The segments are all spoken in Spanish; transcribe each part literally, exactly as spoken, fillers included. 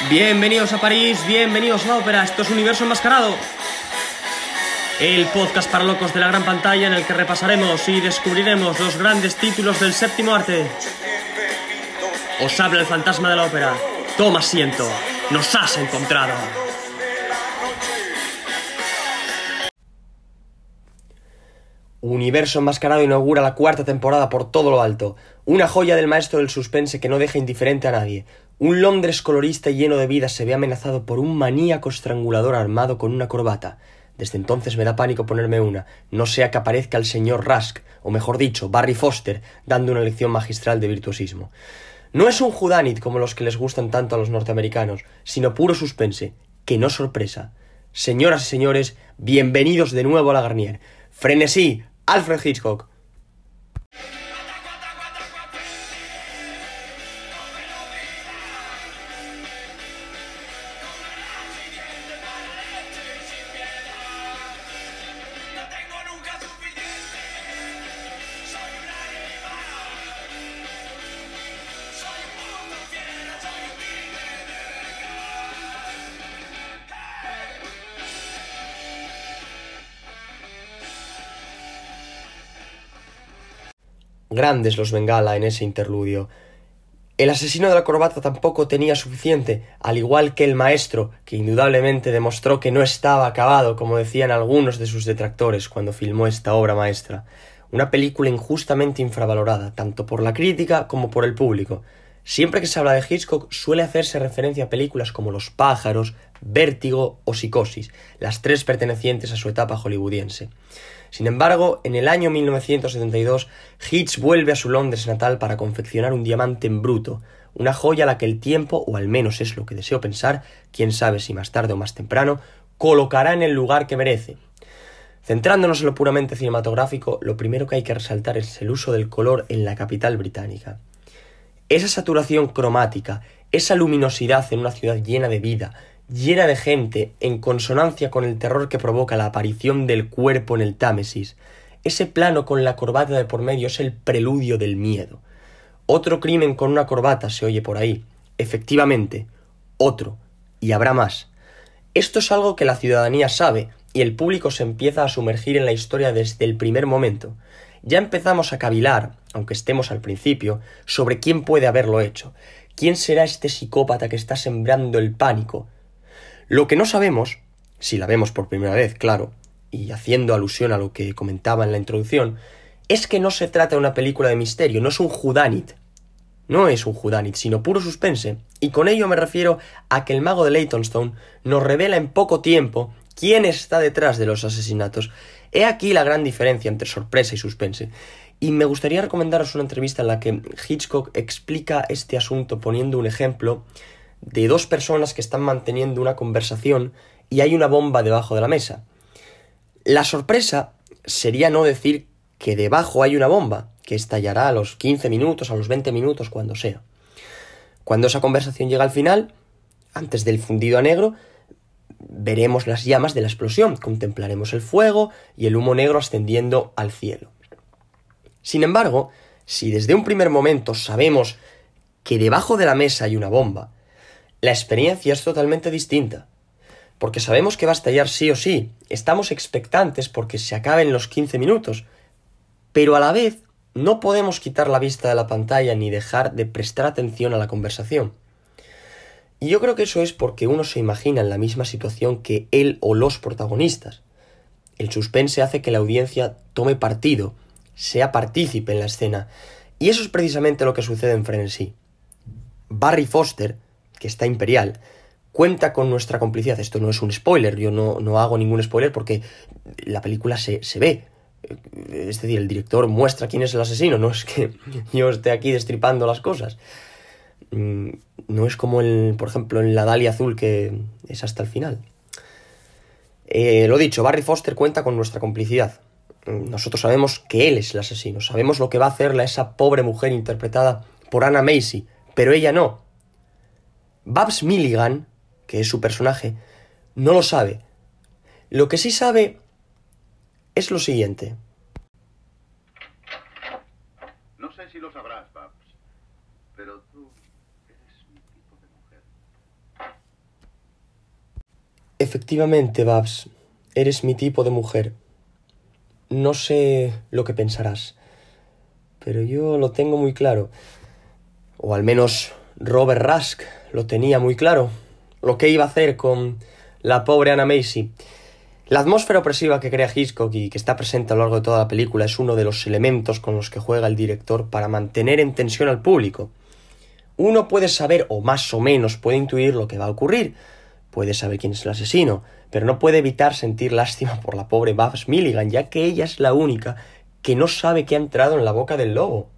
Bienvenidos a París, bienvenidos a la ópera, esto es Universo Enmascarado, el podcast para locos de la gran pantalla en el que repasaremos y descubriremos los grandes títulos del séptimo arte. Os habla el fantasma de la ópera, toma asiento, nos has encontrado. Universo Enmascarado inaugura la cuarta temporada por todo lo alto, una joya del maestro del suspense que no deja indiferente a nadie. Un Londres colorista y lleno de vida se ve amenazado por un maníaco estrangulador armado con una corbata. Desde entonces me da pánico ponerme una, no sea que aparezca el señor Rusk, o mejor dicho, Barry Foster, dando una lección magistral de virtuosismo. No es un whodunit como los que les gustan tanto a los norteamericanos, sino puro suspense, que no sorpresa. Señoras y señores, bienvenidos de nuevo a la Garnier. Frenesí, Alfred Hitchcock. Grandes los Bengala en ese interludio. El asesino de la corbata tampoco tenía suficiente, al igual que el maestro, que indudablemente demostró que no estaba acabado, como decían algunos de sus detractores cuando filmó esta obra maestra. Una película injustamente infravalorada, tanto por la crítica como por el público. Siempre que se habla de Hitchcock suele hacerse referencia a películas como Los pájaros, Vértigo o Psicosis, las tres pertenecientes a su etapa hollywoodiense. Sin embargo, en el año mil novecientos setenta y dos, Hitch vuelve a su Londres natal para confeccionar un diamante en bruto, una joya a la que el tiempo, o al menos es lo que deseo pensar, quién sabe si más tarde o más temprano, colocará en el lugar que merece. Centrándonos en lo puramente cinematográfico, lo primero que hay que resaltar es el uso del color en la capital británica. Esa saturación cromática, esa luminosidad en una ciudad llena de vida, llena de gente, en consonancia con el terror que provoca la aparición del cuerpo en el Támesis. Ese plano con la corbata de por medio es el preludio del miedo. Otro crimen con una corbata se oye por ahí. Efectivamente, otro. Y habrá más. Esto es algo que la ciudadanía sabe y el público se empieza a sumergir en la historia desde el primer momento. Ya empezamos a cavilar, aunque estemos al principio, sobre quién puede haberlo hecho. ¿Quién será este psicópata que está sembrando el pánico? Lo que no sabemos, si la vemos por primera vez, claro, y haciendo alusión a lo que comentaba en la introducción, es que no se trata de una película de misterio, no es un whodunit. No es un whodunit, sino puro suspense, y con ello me refiero a que el mago de Leytonstone nos revela en poco tiempo quién está detrás de los asesinatos. He aquí la gran diferencia entre sorpresa y suspense. Y me gustaría recomendaros una entrevista en la que Hitchcock explica este asunto poniendo un ejemplo de dos personas que están manteniendo una conversación y hay una bomba debajo de la mesa. La sorpresa sería no decir que debajo hay una bomba, que estallará a los quince minutos, a los veinte minutos, cuando sea. Cuando esa conversación llega al final, antes del fundido a negro, veremos las llamas de la explosión, contemplaremos el fuego y el humo negro ascendiendo al cielo. Sin embargo, si desde un primer momento sabemos que debajo de la mesa hay una bomba, la experiencia es totalmente distinta, porque sabemos que va a estallar sí o sí, estamos expectantes porque se acaben los quince minutos, pero a la vez no podemos quitar la vista de la pantalla ni dejar de prestar atención a la conversación. Y yo creo que eso es porque uno se imagina en la misma situación que él o los protagonistas. El suspense hace que la audiencia tome partido, sea partícipe en la escena, y eso es precisamente lo que sucede en Frenesí. Barry Foster, que está imperial, cuenta con nuestra complicidad. Esto no es un spoiler, yo no, no hago ningún spoiler porque la película se, se ve. Es decir, el director muestra quién es el asesino, no es que yo esté aquí destripando las cosas. No es como, el, por ejemplo, en La Dalia Azul, que es hasta el final. Eh, lo dicho, Barry Foster cuenta con nuestra complicidad. Nosotros sabemos que él es el asesino, sabemos lo que va a hacerle a esa pobre mujer interpretada por Anna Macy, pero ella no. Babs Milligan, que es su personaje, no lo sabe. Lo que sí sabe es lo siguiente. No sé si lo sabrás, Babs, pero tú eres mi tipo de mujer. Efectivamente, Babs, eres mi tipo de mujer. No sé lo que pensarás, pero yo lo tengo muy claro. O al menos Robert Rusk lo tenía muy claro. Lo que iba a hacer con la pobre Anna Macy. La atmósfera opresiva que crea Hitchcock y que está presente a lo largo de toda la película es uno de los elementos con los que juega el director para mantener en tensión al público. Uno puede saber, o más o menos puede intuir lo que va a ocurrir. Puede saber quién es el asesino, pero no puede evitar sentir lástima por la pobre Babs Milligan, ya que ella es la única que no sabe qué ha entrado en la boca del lobo.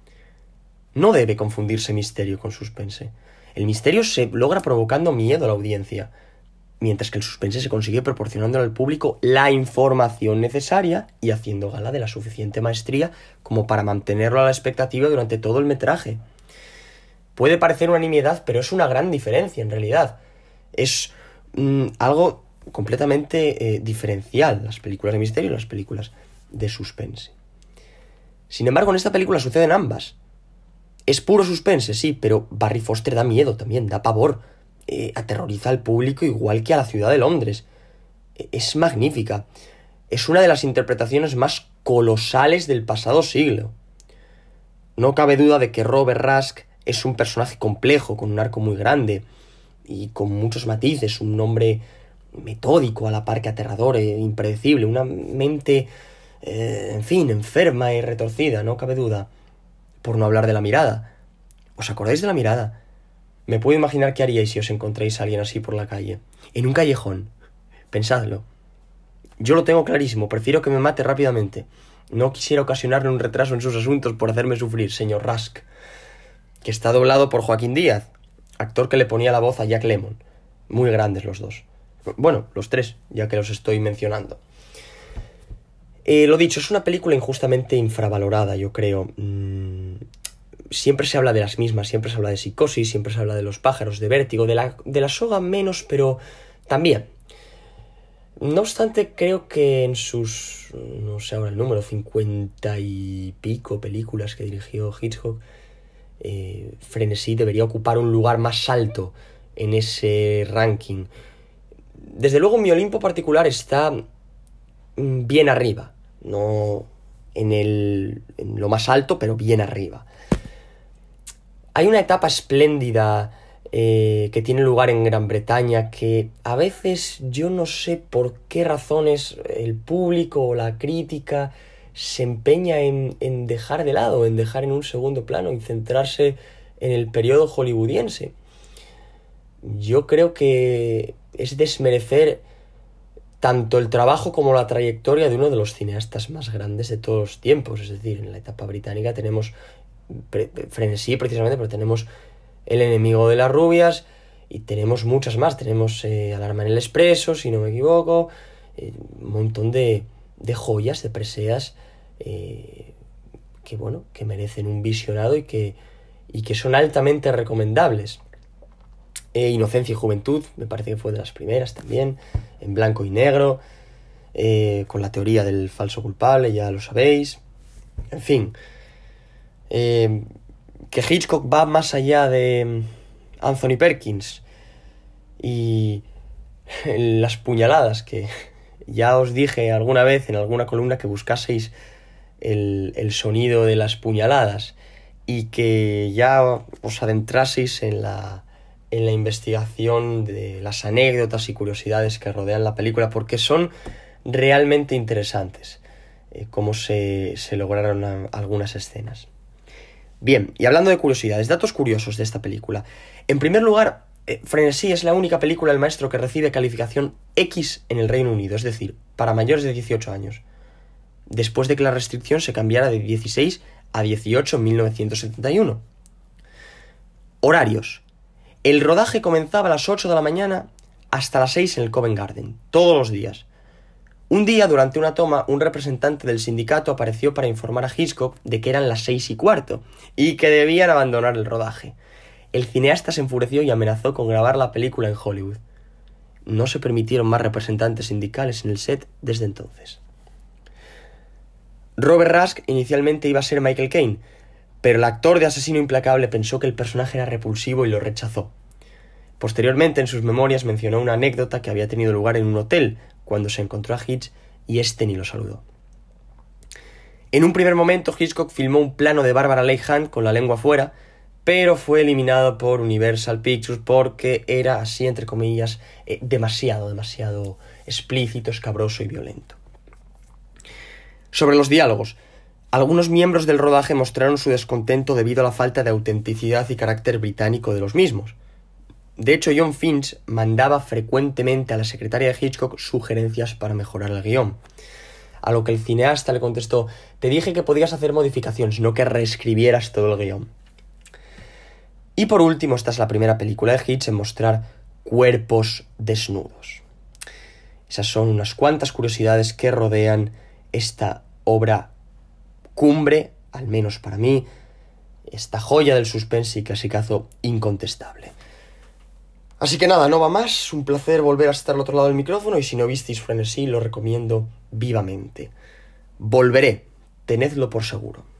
No debe confundirse misterio con suspense. El misterio se logra provocando miedo a la audiencia, mientras que el suspense se consigue proporcionándole al público la información necesaria y haciendo gala de la suficiente maestría como para mantenerlo a la expectativa durante todo el metraje. Puede parecer una nimiedad, pero es una gran diferencia en realidad. Es mmm, algo completamente eh, diferencial, las películas de misterio y las películas de suspense. Sin embargo, en esta película suceden ambas. Es puro suspense, sí, pero Barry Foster da miedo también, da pavor. Eh, aterroriza al público igual que a la ciudad de Londres. Eh, es magnífica. Es una de las interpretaciones más colosales del pasado siglo. No cabe duda de que Robert Rusk es un personaje complejo, con un arco muy grande y con muchos matices, un hombre metódico a la par que aterrador e impredecible, una mente, eh, en fin, enferma y retorcida, no cabe duda. Por no hablar de la mirada. ¿Os acordáis de la mirada? Me puedo imaginar qué haríais si os encontráis a alguien así por la calle. En un callejón. Pensadlo. Yo lo tengo clarísimo, prefiero que me mate rápidamente. No quisiera ocasionarle un retraso en sus asuntos por hacerme sufrir, señor Rusk. Que está doblado por Joaquín Díaz, actor que le ponía la voz a Jack Lemmon. Muy grandes los dos. Bueno, los tres, ya que los estoy mencionando. Eh, lo dicho, es una película injustamente infravalorada, yo creo. Mm, siempre se habla de las mismas, siempre se habla de Psicosis, siempre se habla de Los pájaros, de Vértigo, de la, de la Soga menos, pero también. No obstante, creo que en sus, no sé ahora el número, cincuenta y pico películas que dirigió Hitchcock, eh, Frenesí debería ocupar un lugar más alto en ese ranking. Desde luego mi Olimpo particular está bien arriba. No en, el, en lo más alto, pero bien arriba. Hay una etapa espléndida eh, que tiene lugar en Gran Bretaña que a veces yo no sé por qué razones el público o la crítica se empeña en, en dejar de lado, en dejar en un segundo plano y centrarse en el periodo hollywoodiense. Yo creo que es desmerecer tanto el trabajo como la trayectoria de uno de los cineastas más grandes de todos los tiempos. Es decir, en la etapa británica tenemos pre- Frenesí precisamente, pero tenemos El enemigo de las rubias y tenemos muchas más. Tenemos eh, Alarma en el Expreso, si no me equivoco, eh, un montón de, de joyas, de preseas eh, que, bueno, que merecen un visionado y que, y que son altamente recomendables. Eh, Inocencia y Juventud, me parece que fue de las primeras también, en blanco y negro, eh, con la teoría del falso culpable, ya lo sabéis. En fin, eh, que Hitchcock va más allá de Anthony Perkins y las puñaladas, que ya os dije alguna vez en alguna columna que buscaseis el, el sonido de las puñaladas y que ya os adentraseis en la en la investigación de las anécdotas y curiosidades que rodean la película, porque son realmente interesantes eh, cómo se, se lograron a, algunas escenas. Bien, y hablando de curiosidades, datos curiosos de esta película. En primer lugar, eh, Frenesí es la única película del maestro que recibe calificación X en el Reino Unido, es decir, para mayores de dieciocho años, después de que la restricción se cambiara de dieciséis a dieciocho en mil novecientos setenta y uno. Horarios. El rodaje comenzaba a las ocho de la mañana hasta las seis en el Covent Garden, todos los días. Un día, durante una toma, un representante del sindicato apareció para informar a Hitchcock de que eran las seis y cuarto y que debían abandonar el rodaje. El cineasta se enfureció y amenazó con grabar la película en Hollywood. No se permitieron más representantes sindicales en el set desde entonces. Robert Rusk inicialmente iba a ser Michael Caine, pero el actor de Asesino Implacable pensó que el personaje era repulsivo y lo rechazó. Posteriormente, en sus memorias, mencionó una anécdota que había tenido lugar en un hotel cuando se encontró a Hitch y este ni lo saludó. En un primer momento, Hitchcock filmó un plano de Barbara Leigh Hunt con la lengua fuera, pero fue eliminado por Universal Pictures porque era, así entre comillas, eh, demasiado, demasiado explícito, escabroso y violento. Sobre los diálogos, algunos miembros del rodaje mostraron su descontento debido a la falta de autenticidad y carácter británico de los mismos. De hecho, John Finch mandaba frecuentemente a la secretaria de Hitchcock sugerencias para mejorar el guión, a lo que el cineasta le contestó: te dije que podías hacer modificaciones, no que reescribieras todo el guión. Y por último, esta es la primera película de Hitch en mostrar cuerpos desnudos. Esas son unas cuantas curiosidades que rodean esta obra cumbre, al menos para mí, esta joya del suspense y clasicazo incontestable. Así que nada, no va más, un placer volver a estar al otro lado del micrófono y si no visteis Frenesí lo recomiendo vivamente. Volveré, tenedlo por seguro.